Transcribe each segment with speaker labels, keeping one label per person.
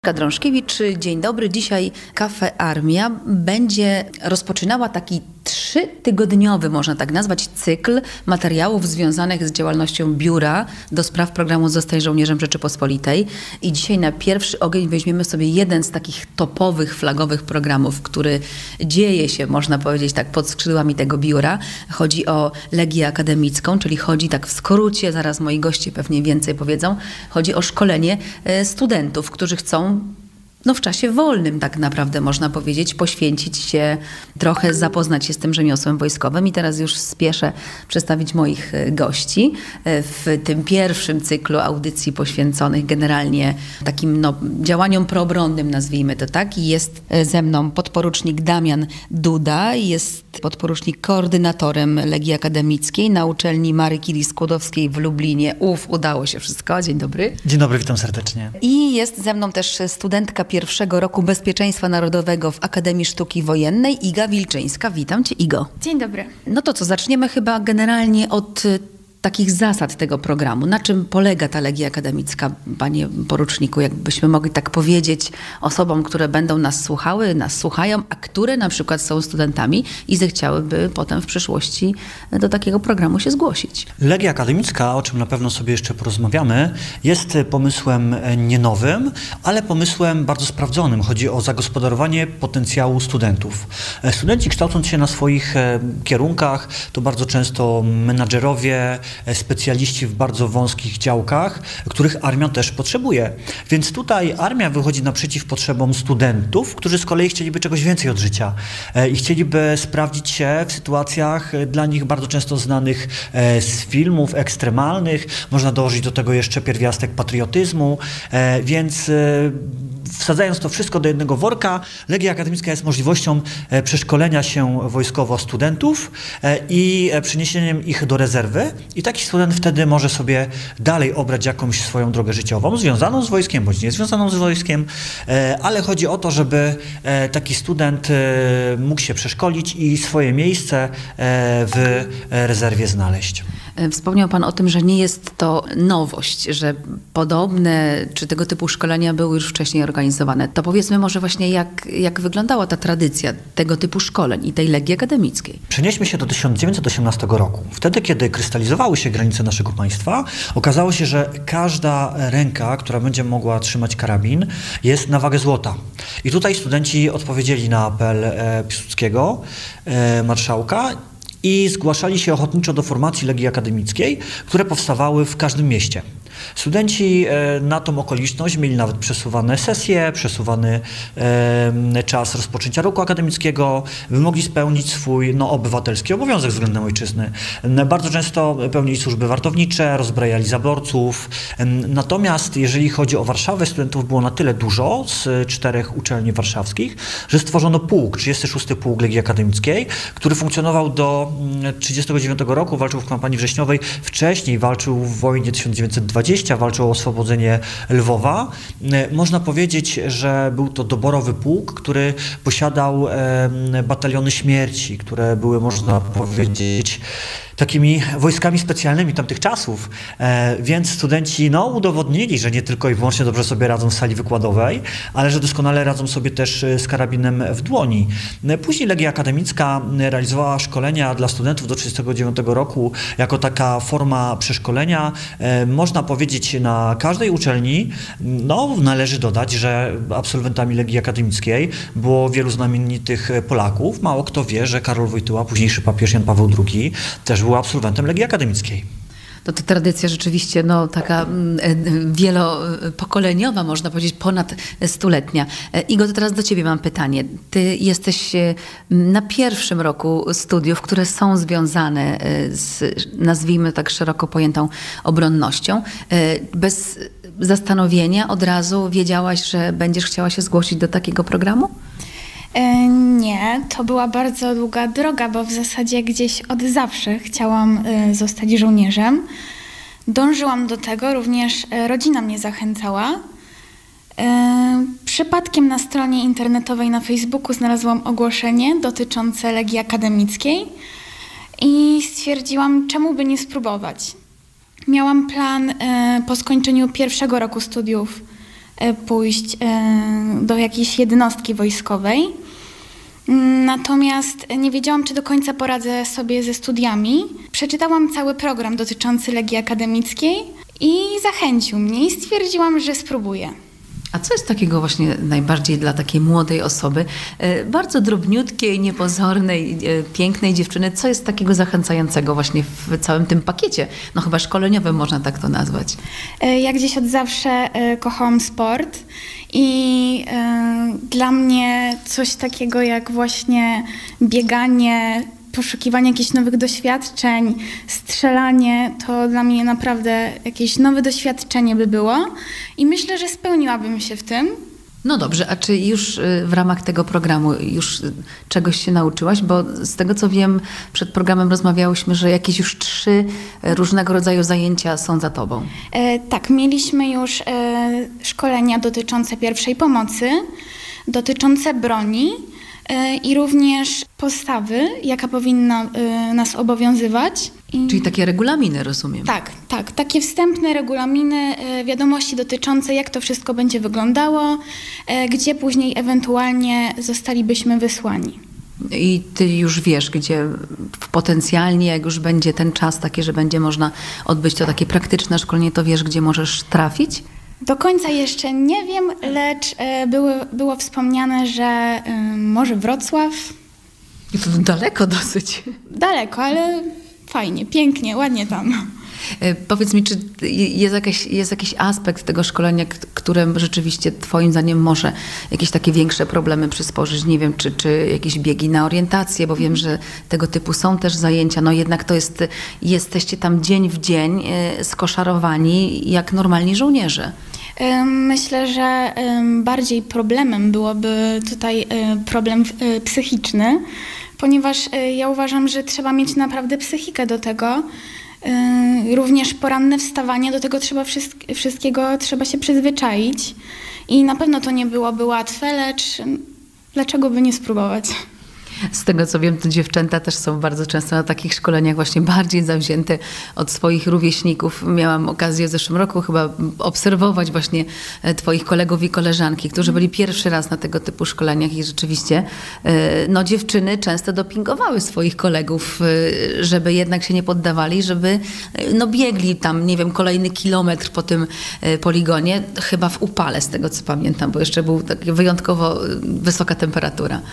Speaker 1: Drążkiewicz, dzień dobry. Dzisiaj Cafe Armia będzie rozpoczynała taki 3-tygodniowy, można tak nazwać, cykl materiałów związanych z działalnością Biura do spraw programu Zostań Żołnierzem Rzeczypospolitej. I dzisiaj na pierwszy ogień weźmiemy sobie jeden z takich topowych, flagowych programów, który dzieje się, można powiedzieć tak, pod skrzydłami tego biura. Chodzi o Legię Akademicką, czyli chodzi tak w skrócie, zaraz moi goście pewnie więcej powiedzą, chodzi o szkolenie studentów, którzy chcą w czasie wolnym tak naprawdę można powiedzieć, poświęcić się, trochę zapoznać się z tym rzemiosłem wojskowym. I teraz już spieszę przedstawić moich gości w tym pierwszym cyklu audycji poświęconych generalnie takim działaniom proobronnym, nazwijmy to tak. I jest ze mną podporucznik Damian Duda, jest podporucznik koordynatorem Legii Akademickiej na uczelni Marii Curie-Skłodowskiej w Lublinie. Udało się wszystko. Dzień dobry.
Speaker 2: Dzień dobry, witam serdecznie.
Speaker 1: I jest ze mną też studentka pierwszego roku Bezpieczeństwa Narodowego w Akademii Sztuki Wojennej, Iga Wilczyńska. Witam Cię, Igo.
Speaker 3: Dzień dobry.
Speaker 1: No to co, zaczniemy chyba generalnie od takich zasad tego programu. Na czym polega ta Legia Akademicka, panie poruczniku? Jakbyśmy mogli tak powiedzieć osobom, które będą nas słuchały, nas słuchają, a które na przykład są studentami i zechciałyby potem w przyszłości do takiego programu się zgłosić.
Speaker 2: Legia Akademicka, o czym na pewno sobie jeszcze porozmawiamy, jest pomysłem nie nowym, ale pomysłem bardzo sprawdzonym. Chodzi o zagospodarowanie potencjału studentów. Studenci, kształcąc się na swoich kierunkach, to bardzo często menadżerowie, specjaliści w bardzo wąskich działkach, których armia też potrzebuje. Więc tutaj armia wychodzi naprzeciw potrzebom studentów, którzy z kolei chcieliby czegoś więcej od życia i chcieliby sprawdzić się w sytuacjach dla nich bardzo często znanych z filmów ekstremalnych. Można dołożyć do tego jeszcze pierwiastek patriotyzmu, więc wsadzając to wszystko do jednego worka, Legia Akademicka jest możliwością przeszkolenia się wojskowo studentów i przeniesieniem ich do rezerwy. I taki student wtedy może sobie dalej obrać jakąś swoją drogę życiową, związaną z wojskiem, bądź nie związaną z wojskiem, ale chodzi o to, żeby taki student mógł się przeszkolić i swoje miejsce w rezerwie znaleźć.
Speaker 1: Wspomniał Pan o tym, że nie jest to nowość, że podobne czy tego typu szkolenia były już wcześniej organizowane. To powiedzmy może właśnie jak wyglądała ta tradycja tego typu szkoleń i tej Legii Akademickiej.
Speaker 2: Przenieśmy się do 1918 roku. Wtedy, kiedy krystalizowały się granice naszego państwa, okazało się, że każda ręka, która będzie mogła trzymać karabin, jest na wagę złota. I tutaj studenci odpowiedzieli na apel Piłsudskiego, marszałka, i zgłaszali się ochotniczo do formacji Legii Akademickiej, które powstawały w każdym mieście. Studenci na tą okoliczność mieli nawet przesuwane sesje, przesuwany czas rozpoczęcia roku akademickiego, by mogli spełnić swój obywatelski obowiązek względem ojczyzny. Bardzo często pełnili służby wartownicze, rozbrajali zaborców. Natomiast jeżeli chodzi o Warszawę, studentów było na tyle dużo z 4 uczelni warszawskich, że stworzono pułk, 36. Pułk Legii Akademickiej, który funkcjonował do 1939 roku, walczył w kampanii wrześniowej, wcześniej walczył w wojnie 1920, walczył o oswobodzenie Lwowa. Można powiedzieć, że był to doborowy pułk, który posiadał bataliony śmierci, które były, można powiedzieć, takimi wojskami specjalnymi tamtych czasów, więc studenci udowodnili, że nie tylko i wyłącznie dobrze sobie radzą w sali wykładowej, ale że doskonale radzą sobie też z karabinem w dłoni. Później Legia Akademicka realizowała szkolenia dla studentów do 1939 roku jako taka forma przeszkolenia. Można powiedzieć, na każdej uczelni należy dodać, że absolwentami Legii Akademickiej było wielu znamienitych Polaków. Mało kto wie, że Karol Wojtyła, późniejszy papież Jan Paweł II, też był absolwentem Legii Akademickiej.
Speaker 1: To ta tradycja rzeczywiście taka wielopokoleniowa, można powiedzieć, ponad stuletnia. Igo, to teraz do ciebie mam pytanie. Ty jesteś na pierwszym roku studiów, które są związane z, nazwijmy tak szeroko pojętą, obronnością. Bez zastanowienia od razu wiedziałaś, że będziesz chciała się zgłosić do takiego programu?
Speaker 3: Nie, to była bardzo długa droga, bo w zasadzie gdzieś od zawsze chciałam zostać żołnierzem. Dążyłam do tego, również rodzina mnie zachęcała. Przypadkiem na stronie internetowej na Facebooku znalazłam ogłoszenie dotyczące Legii Akademickiej i stwierdziłam, czemu by nie spróbować. Miałam plan po skończeniu pierwszego roku studiów pójść do jakiejś jednostki wojskowej. Natomiast nie wiedziałam, czy do końca poradzę sobie ze studiami. Przeczytałam cały program dotyczący Legii Akademickiej i zachęcił mnie i stwierdziłam, że spróbuję.
Speaker 1: A co jest takiego właśnie najbardziej dla takiej młodej osoby, bardzo drobniutkiej, niepozornej, pięknej dziewczyny, co jest takiego zachęcającego właśnie w całym tym pakiecie? No chyba szkoleniowym można tak to nazwać.
Speaker 3: Ja gdzieś od zawsze kochałam sport i dla mnie coś takiego jak właśnie bieganie, poszukiwanie jakichś nowych doświadczeń, strzelanie, to dla mnie naprawdę jakieś nowe doświadczenie by było i myślę, że spełniłabym się w tym.
Speaker 1: No dobrze, a czy już w ramach tego programu już czegoś się nauczyłaś? Bo z tego co wiem, przed programem rozmawiałyśmy, że jakieś już 3 różnego rodzaju zajęcia są za tobą.
Speaker 3: Tak, mieliśmy już szkolenia dotyczące pierwszej pomocy, dotyczące broni i również postawy, jaka powinna nas obowiązywać.
Speaker 1: Czyli takie regulaminy, rozumiem.
Speaker 3: Tak. Takie wstępne regulaminy, wiadomości dotyczące, jak to wszystko będzie wyglądało, gdzie później ewentualnie zostalibyśmy wysłani.
Speaker 1: I ty już wiesz, gdzie potencjalnie, jak już będzie ten czas taki, że będzie można odbyć to takie praktyczne szkolenie, to wiesz, gdzie możesz trafić?
Speaker 3: Do końca jeszcze nie wiem, lecz było wspomniane, że może Wrocław.
Speaker 1: I to daleko dosyć.
Speaker 3: Daleko, ale fajnie, pięknie, ładnie tam.
Speaker 1: Powiedz mi, czy jest jakiś aspekt tego szkolenia, którym rzeczywiście twoim zdaniem może jakieś takie większe problemy przysporzyć? Nie wiem, czy jakieś biegi na orientację, bo wiem, że tego typu są też zajęcia. No jednak to jesteście tam dzień w dzień skoszarowani jak normalni żołnierze.
Speaker 3: Myślę, że bardziej problemem byłoby tutaj problem psychiczny, ponieważ ja uważam, że trzeba mieć naprawdę psychikę do tego. Również poranne wstawanie, do tego wszystkiego trzeba się przyzwyczaić i na pewno to nie byłoby łatwe, lecz dlaczego by nie spróbować?
Speaker 1: Z tego co wiem, to dziewczęta też są bardzo często na takich szkoleniach właśnie bardziej zawzięte od swoich rówieśników. Miałam okazję w zeszłym roku chyba obserwować właśnie twoich kolegów i koleżanki, którzy byli pierwszy raz na tego typu szkoleniach i rzeczywiście no, dziewczyny często dopingowały swoich kolegów, żeby jednak się nie poddawali, żeby no, biegli tam, nie wiem, kolejny kilometr po tym poligonie, chyba w upale z tego co pamiętam, bo jeszcze była taka wyjątkowo wysoka temperatura.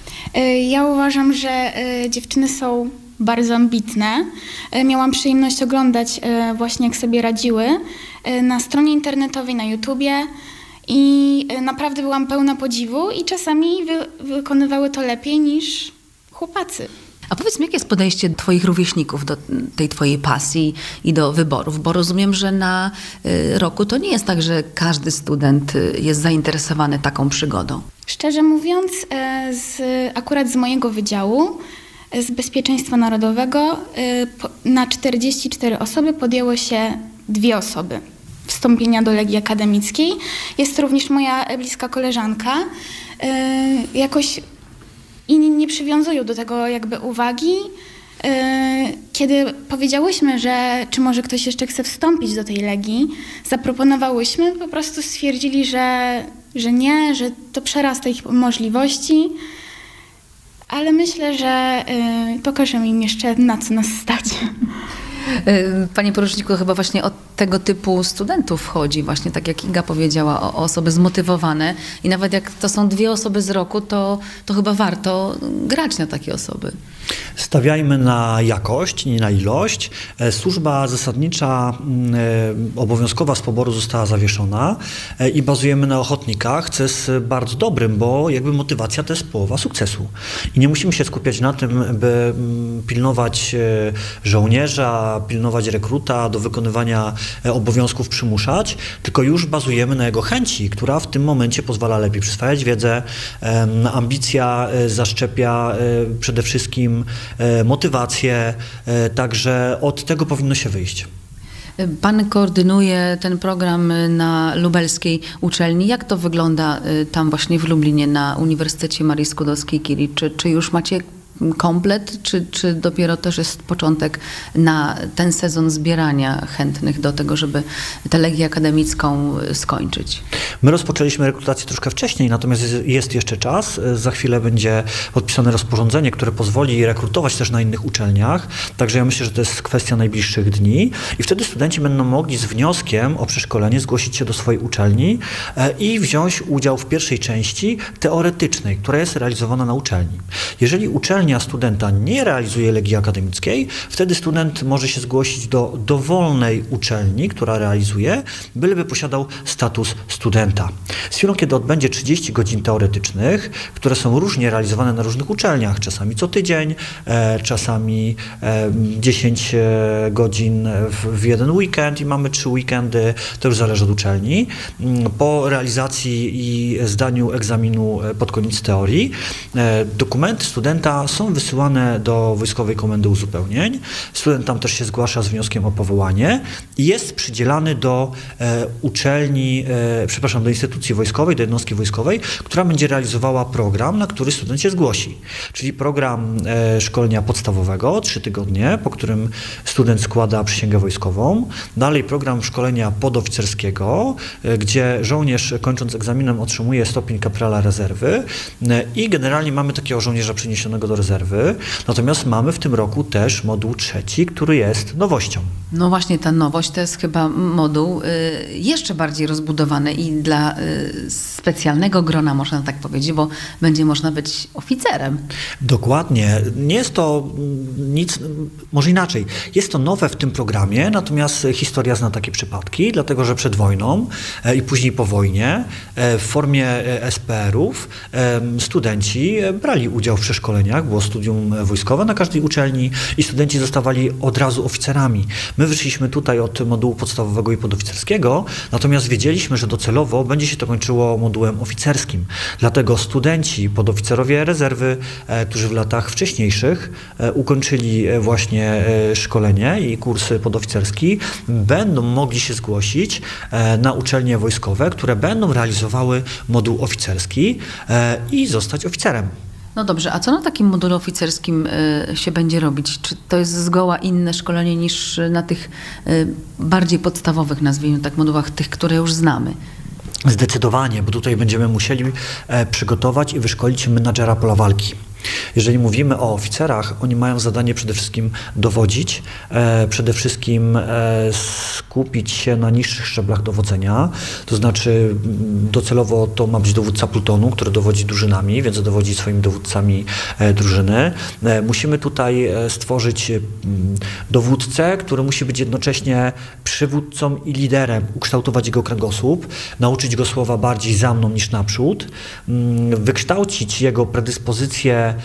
Speaker 3: Ja uważam, że dziewczyny są bardzo ambitne. Miałam przyjemność oglądać właśnie, jak sobie radziły na stronie internetowej, na YouTubie i naprawdę byłam pełna podziwu i czasami wykonywały to lepiej niż chłopacy.
Speaker 1: A powiedz mi, jakie jest podejście twoich rówieśników do tej twojej pasji i do wyborów? Bo rozumiem, że na roku to nie jest tak, że każdy student jest zainteresowany taką przygodą.
Speaker 3: Szczerze mówiąc, akurat z mojego wydziału, z Bezpieczeństwa Narodowego, na 44 osoby podjęło się 2 osoby wstąpienia do Legii Akademickiej. Jest to również moja bliska koleżanka. Jakoś inni nie przywiązują do tego jakby uwagi. Kiedy powiedziałyśmy, że czy może ktoś jeszcze chce wstąpić do tej Legii, zaproponowałyśmy, po prostu stwierdzili, że nie, że to przerasta ich możliwości, ale myślę, że pokażemy im jeszcze, na co nas stać.
Speaker 1: Panie poruczniku, to chyba właśnie o tego typu studentów chodzi, właśnie tak jak Iga powiedziała, o osoby zmotywowane i nawet jak to są 2 osoby z roku, to chyba warto grać na takie osoby.
Speaker 2: Stawiajmy na jakość, nie na ilość. Służba zasadnicza obowiązkowa z poboru została zawieszona i bazujemy na ochotnikach, co jest bardzo dobrym, bo jakby motywacja to jest połowa sukcesu. I nie musimy się skupiać na tym, by pilnować żołnierza, pilnować rekruta, do wykonywania obowiązków przymuszać, tylko już bazujemy na jego chęci, która w tym momencie pozwala lepiej przyswajać wiedzę. Ambicja zaszczepia przede wszystkim motywację, także od tego powinno się wyjść.
Speaker 1: Pan koordynuje ten program na lubelskiej uczelni. Jak to wygląda tam właśnie w Lublinie na Uniwersytecie Marii Skłodowskiej-Curie? Czy już macie komplet, czy dopiero też jest początek na ten sezon zbierania chętnych do tego, żeby tę Legię Akademicką skończyć?
Speaker 2: My rozpoczęliśmy rekrutację troszkę wcześniej, natomiast jest jeszcze czas. Za chwilę będzie podpisane rozporządzenie, które pozwoli rekrutować też na innych uczelniach. Także ja myślę, że to jest kwestia najbliższych dni i wtedy studenci będą mogli z wnioskiem o przeszkolenie zgłosić się do swojej uczelni i wziąć udział w pierwszej części teoretycznej, która jest realizowana na uczelni. Jeżeli uczelnia studenta nie realizuje Legii Akademickiej, wtedy student może się zgłosić do dowolnej uczelni, która realizuje, byleby posiadał status studenta. Z chwilą, kiedy odbędzie 30 godzin teoretycznych, które są różnie realizowane na różnych uczelniach, czasami co tydzień, czasami 10 godzin w jeden weekend i mamy 3 weekendy, to już zależy od uczelni. Po realizacji i zdaniu egzaminu pod koniec teorii, dokumenty studenta są wysyłane do Wojskowej Komendy Uzupełnień. Student tam też się zgłasza z wnioskiem o powołanie i jest przydzielany do uczelni, do instytucji wojskowej, do jednostki wojskowej, która będzie realizowała program, na który student się zgłosi. Czyli program szkolenia podstawowego, 3 tygodnie, po którym student składa przysięgę wojskową. Dalej program szkolenia podoficerskiego, gdzie żołnierz kończąc egzaminem otrzymuje stopień kaprala rezerwy i generalnie mamy takiego żołnierza przeniesionego do rezerwy. Natomiast mamy w tym roku też moduł 3, który jest nowością.
Speaker 1: No właśnie, ta nowość to jest chyba moduł jeszcze bardziej rozbudowany i dla specjalnego grona, można tak powiedzieć, bo będzie można być oficerem.
Speaker 2: Dokładnie. Nie jest to nic, może inaczej. Jest to nowe w tym programie, natomiast historia zna takie przypadki, dlatego że przed wojną i później po wojnie w formie SPR-ów studenci brali udział w przeszkoleniach, było studium wojskowe na każdej uczelni i studenci zostawali od razu oficerami. My wyszliśmy tutaj od modułu podstawowego i podoficerskiego, natomiast wiedzieliśmy, że docelowo będzie się to kończyło modułem oficerskim. Dlatego studenci, podoficerowie rezerwy, którzy w latach wcześniejszych ukończyli właśnie szkolenie i kurs podoficerski, będą mogli się zgłosić na uczelnie wojskowe, które będą realizowały moduł oficerski i zostać oficerem.
Speaker 1: No dobrze, a co na takim module oficerskim się będzie robić? Czy to jest zgoła inne szkolenie niż na tych bardziej podstawowych, nazwijmy tak, modułach, tych, które już znamy?
Speaker 2: Zdecydowanie, bo tutaj będziemy musieli przygotować i wyszkolić menadżera pola walki. Jeżeli mówimy o oficerach, oni mają zadanie przede wszystkim dowodzić, przede wszystkim skupić się na niższych szczeblach dowodzenia, to znaczy docelowo to ma być dowódca plutonu, który dowodzi drużynami, więc dowodzi swoimi dowódcami drużyny. Musimy tutaj stworzyć dowódcę, który musi być jednocześnie przywódcą i liderem, ukształtować jego kręgosłup, nauczyć go słowa bardziej za mną niż naprzód, wykształcić jego predyspozycje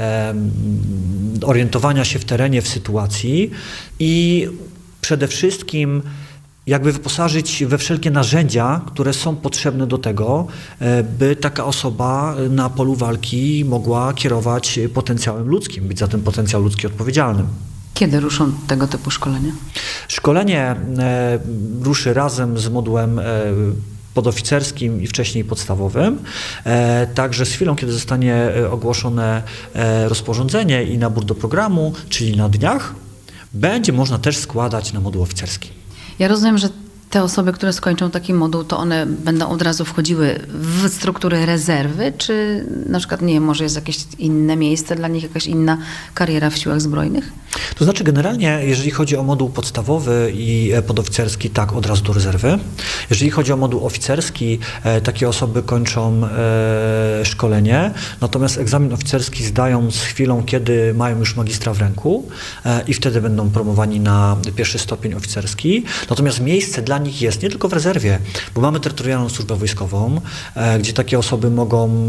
Speaker 2: orientowania się w terenie, w sytuacji i przede wszystkim jakby wyposażyć we wszelkie narzędzia, które są potrzebne do tego, by taka osoba na polu walki mogła kierować potencjałem ludzkim, być za ten potencjał ludzki odpowiedzialnym.
Speaker 1: Kiedy ruszą tego typu szkolenia?
Speaker 2: Szkolenie ruszy razem z modułem podoficerskim i wcześniej podstawowym. Także z chwilą, kiedy zostanie ogłoszone rozporządzenie i nabór do programu, czyli na dniach, będzie można też składać na moduł oficerski.
Speaker 1: Ja rozumiem, że te osoby, które skończą taki moduł, to one będą od razu wchodziły w struktury rezerwy, czy na przykład, nie wiem, może jest jakieś inne miejsce dla nich, jakaś inna kariera w siłach zbrojnych?
Speaker 2: To znaczy generalnie, jeżeli chodzi o moduł podstawowy i podoficerski, tak, od razu do rezerwy. Jeżeli chodzi o moduł oficerski, takie osoby kończą szkolenie, natomiast egzamin oficerski zdają z chwilą, kiedy mają już magistra w ręku i wtedy będą promowani na pierwszy stopień oficerski. Natomiast miejsce dla nich jest nie tylko w rezerwie, bo mamy terytorialną służbę wojskową, gdzie takie osoby mogą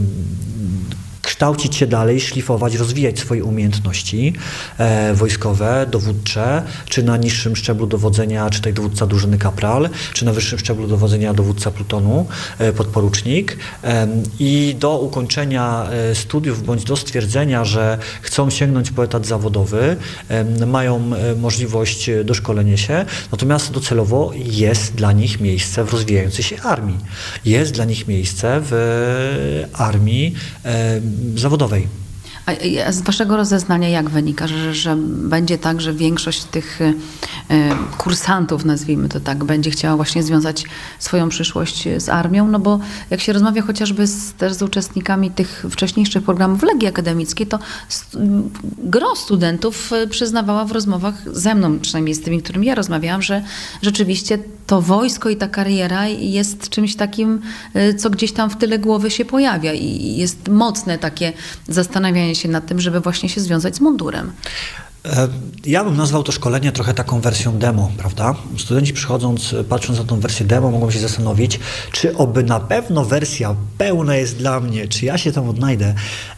Speaker 2: kształcić się dalej, szlifować, rozwijać swoje umiejętności wojskowe, dowódcze, czy na niższym szczeblu dowodzenia, czy tutaj dowódca drużyny kapral, czy na wyższym szczeblu dowodzenia dowódca plutonu, podporucznik. I do ukończenia studiów, bądź do stwierdzenia, że chcą sięgnąć po etat zawodowy, mają możliwość doszkolenia się, natomiast docelowo jest dla nich miejsce w rozwijającej się armii. Jest dla nich miejsce w armii zawodowej.
Speaker 1: A z waszego rozeznania jak wynika, że będzie tak, że większość tych kursantów, nazwijmy to tak, będzie chciała właśnie związać swoją przyszłość z armią? No bo jak się rozmawia chociażby też z uczestnikami tych wcześniejszych programów Legii Akademickiej, to gro studentów przyznawała w rozmowach ze mną, przynajmniej z tymi, którymi ja rozmawiałam, że rzeczywiście to wojsko i ta kariera jest czymś takim, co gdzieś tam w tyle głowy się pojawia i jest mocne takie zastanawianie się nad tym, żeby właśnie się związać z mundurem.
Speaker 2: Ja bym nazwał to szkolenie trochę taką wersją demo, prawda? Studenci przychodząc, patrząc na tą wersję demo, mogą się zastanowić, czy oby na pewno wersja pełna jest dla mnie, czy ja się tam odnajdę.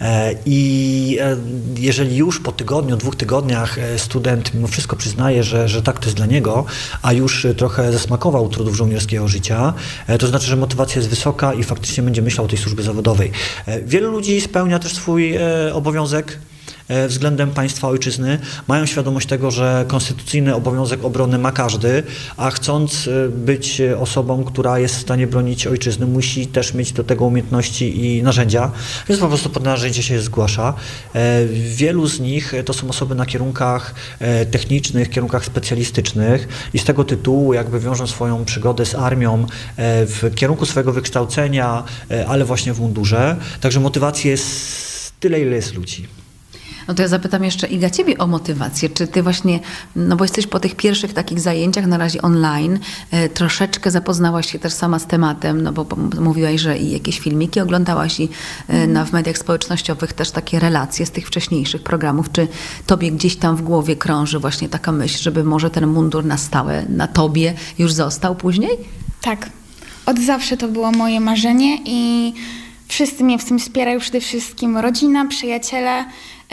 Speaker 2: I jeżeli już po tygodniu, 2 tygodniach student mimo wszystko przyznaje, że tak to jest dla niego, a już trochę zasmakował trudów żołnierskiego życia, to znaczy, że motywacja jest wysoka i faktycznie będzie myślał o tej służbie zawodowej. Wielu ludzi spełnia też swój obowiązek względem państwa, ojczyzny, mają świadomość tego, że konstytucyjny obowiązek obrony ma każdy, a chcąc być osobą, która jest w stanie bronić ojczyzny, musi też mieć do tego umiejętności i narzędzia, więc po prostu pod narzędzie się zgłasza. Wielu z nich to są osoby na kierunkach technicznych, kierunkach specjalistycznych i z tego tytułu jakby wiążą swoją przygodę z armią w kierunku swojego wykształcenia, ale właśnie w mundurze. Także motywacji jest tyle, ile jest ludzi.
Speaker 1: No to ja zapytam jeszcze, Iga, ciebie o motywację. Czy ty właśnie, no bo jesteś po tych pierwszych takich zajęciach, na razie online, troszeczkę zapoznałaś się też sama z tematem, no bo mówiłaś, że i jakieś filmiki oglądałaś i w mediach społecznościowych też takie relacje z tych wcześniejszych programów. Czy tobie gdzieś tam w głowie krąży właśnie taka myśl, żeby może ten mundur na stałe, na tobie już został później?
Speaker 3: Tak, od zawsze to było moje marzenie i wszyscy mnie w tym wspierają, przede wszystkim rodzina, przyjaciele.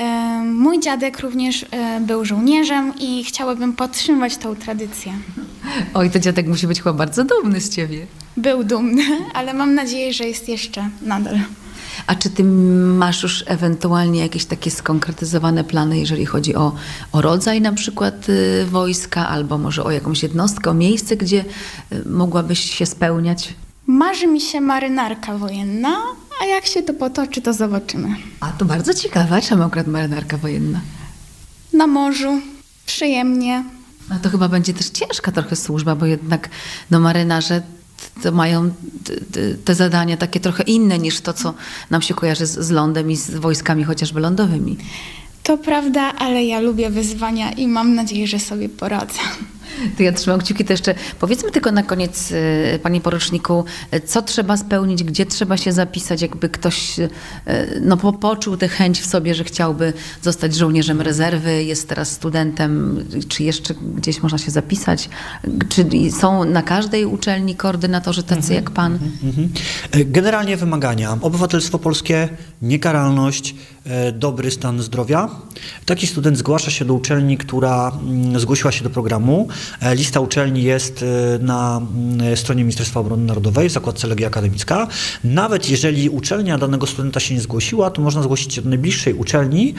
Speaker 3: Mój dziadek również był żołnierzem i chciałabym podtrzymywać tą tradycję.
Speaker 1: Oj, to dziadek musi być chyba bardzo dumny z ciebie.
Speaker 3: Był dumny, ale mam nadzieję, że jest jeszcze nadal.
Speaker 1: A czy ty masz już ewentualnie jakieś takie skonkretyzowane plany, jeżeli chodzi o rodzaj na przykład wojska, albo może o jakąś jednostkę, o miejsce, gdzie mogłabyś się spełniać?
Speaker 3: Marzy mi się marynarka wojenna, a jak się to potoczy, to zobaczymy.
Speaker 1: A to bardzo ciekawe, czemu akurat marynarka wojenna?
Speaker 3: Na morzu, przyjemnie.
Speaker 1: No to chyba będzie też ciężka trochę służba, bo jednak no marynarze to mają te zadania takie trochę inne niż to, co nam się kojarzy z lądem i z wojskami chociażby lądowymi.
Speaker 3: To prawda, ale ja lubię wyzwania i mam nadzieję, że sobie poradzę.
Speaker 1: To ja trzymam kciuki. To jeszcze powiedzmy tylko na koniec, panie poruczniku, co trzeba spełnić, gdzie trzeba się zapisać, jakby ktoś no, poczuł tę chęć w sobie, że chciałby zostać żołnierzem rezerwy, jest teraz studentem, czy jeszcze gdzieś można się zapisać? Czy są na każdej uczelni koordynatorzy tacy jak pan?
Speaker 2: Generalnie wymagania. Obywatelstwo polskie, niekaralność, dobry stan zdrowia. Taki student zgłasza się do uczelni, która zgłosiła się do programu. Lista uczelni jest na stronie Ministerstwa Obrony Narodowej w zakładce Legia Akademicka. Nawet jeżeli uczelnia danego studenta się nie zgłosiła, to można zgłosić się do najbliższej uczelni,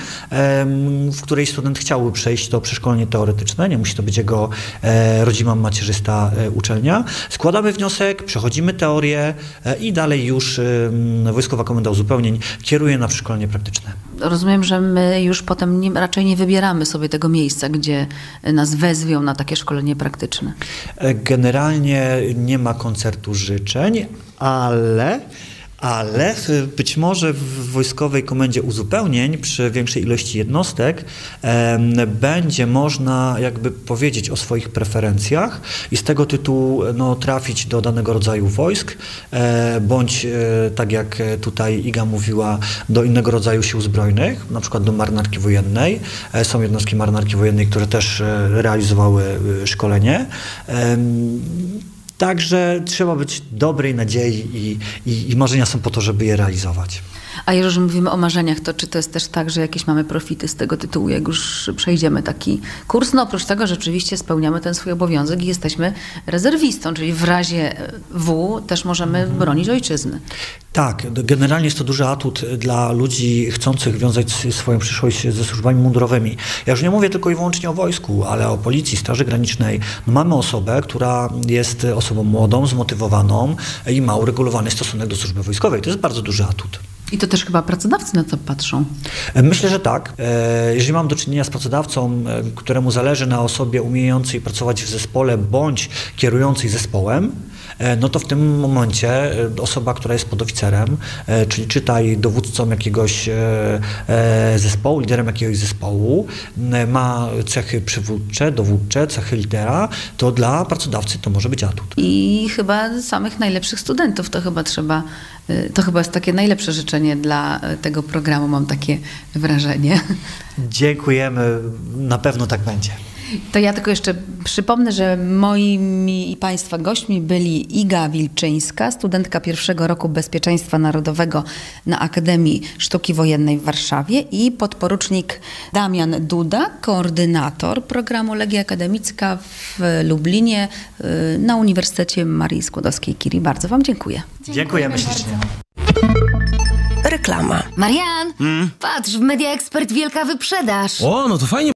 Speaker 2: w której student chciałby przejść to przeszkolenie teoretyczne. Nie musi to być jego rodzima macierzysta uczelnia. Składamy wniosek, przechodzimy teorię i dalej już Wojskowa Komenda Uzupełnień kieruje na przeszkolenie praktyczne.
Speaker 1: Rozumiem, że my już potem raczej nie wybieramy sobie tego miejsca, gdzie nas wezwią na takie szkolenie praktyczne.
Speaker 2: Generalnie nie ma koncertu życzeń, ale być może w Wojskowej Komendzie Uzupełnień przy większej ilości jednostek będzie można jakby powiedzieć o swoich preferencjach i z tego tytułu no, trafić do danego rodzaju wojsk, bądź tak jak tutaj Iga mówiła, do innego rodzaju sił zbrojnych, na przykład do marynarki wojennej. Są jednostki marynarki wojennej, które też realizowały szkolenie. Także trzeba być dobrej nadziei i marzenia są po to, żeby je realizować.
Speaker 1: A jeżeli mówimy o marzeniach, to czy to jest też tak, że jakieś mamy profity z tego tytułu, jak już przejdziemy taki kurs? No oprócz tego, że rzeczywiście spełniamy ten swój obowiązek i jesteśmy rezerwistą, czyli w razie W też możemy bronić ojczyzny.
Speaker 2: Tak, generalnie jest to duży atut dla ludzi chcących wiązać swoją przyszłość ze służbami mundurowymi. Ja już nie mówię tylko i wyłącznie o wojsku, ale o policji, Straży Granicznej. No mamy osobę, która jest osobą młodą, zmotywowaną i ma uregulowany stosunek do służby wojskowej. To jest bardzo duży atut.
Speaker 1: I to też chyba pracodawcy na to patrzą.
Speaker 2: Myślę, że tak. Jeżeli mam do czynienia z pracodawcą, któremu zależy na osobie umiejącej pracować w zespole bądź kierującej zespołem, no to w tym momencie osoba, która jest podoficerem, czyli czytaj dowódcą jakiegoś zespołu, liderem jakiegoś zespołu, ma cechy przywódcze, dowódcze, cechy lidera, to dla pracodawcy to może być atut.
Speaker 1: I chyba samych najlepszych studentów to chyba jest takie najlepsze życzenie dla tego programu, mam takie wrażenie.
Speaker 2: Dziękujemy, na pewno tak będzie.
Speaker 1: To ja tylko jeszcze przypomnę, że moimi i Państwa gośćmi byli Iga Wilczyńska, studentka pierwszego roku Bezpieczeństwa Narodowego na Akademii Sztuki Wojennej w Warszawie i podporucznik Damian Duda, koordynator programu Legia Akademicka w Lublinie na Uniwersytecie Marii Skłodowskiej-Curie. Bardzo Wam dziękuję.
Speaker 2: Dziękujemy ślicznie.
Speaker 4: Reklama.
Speaker 5: Marian, patrz, w Media Expert wielka wyprzedaż.
Speaker 6: O, no to fajnie.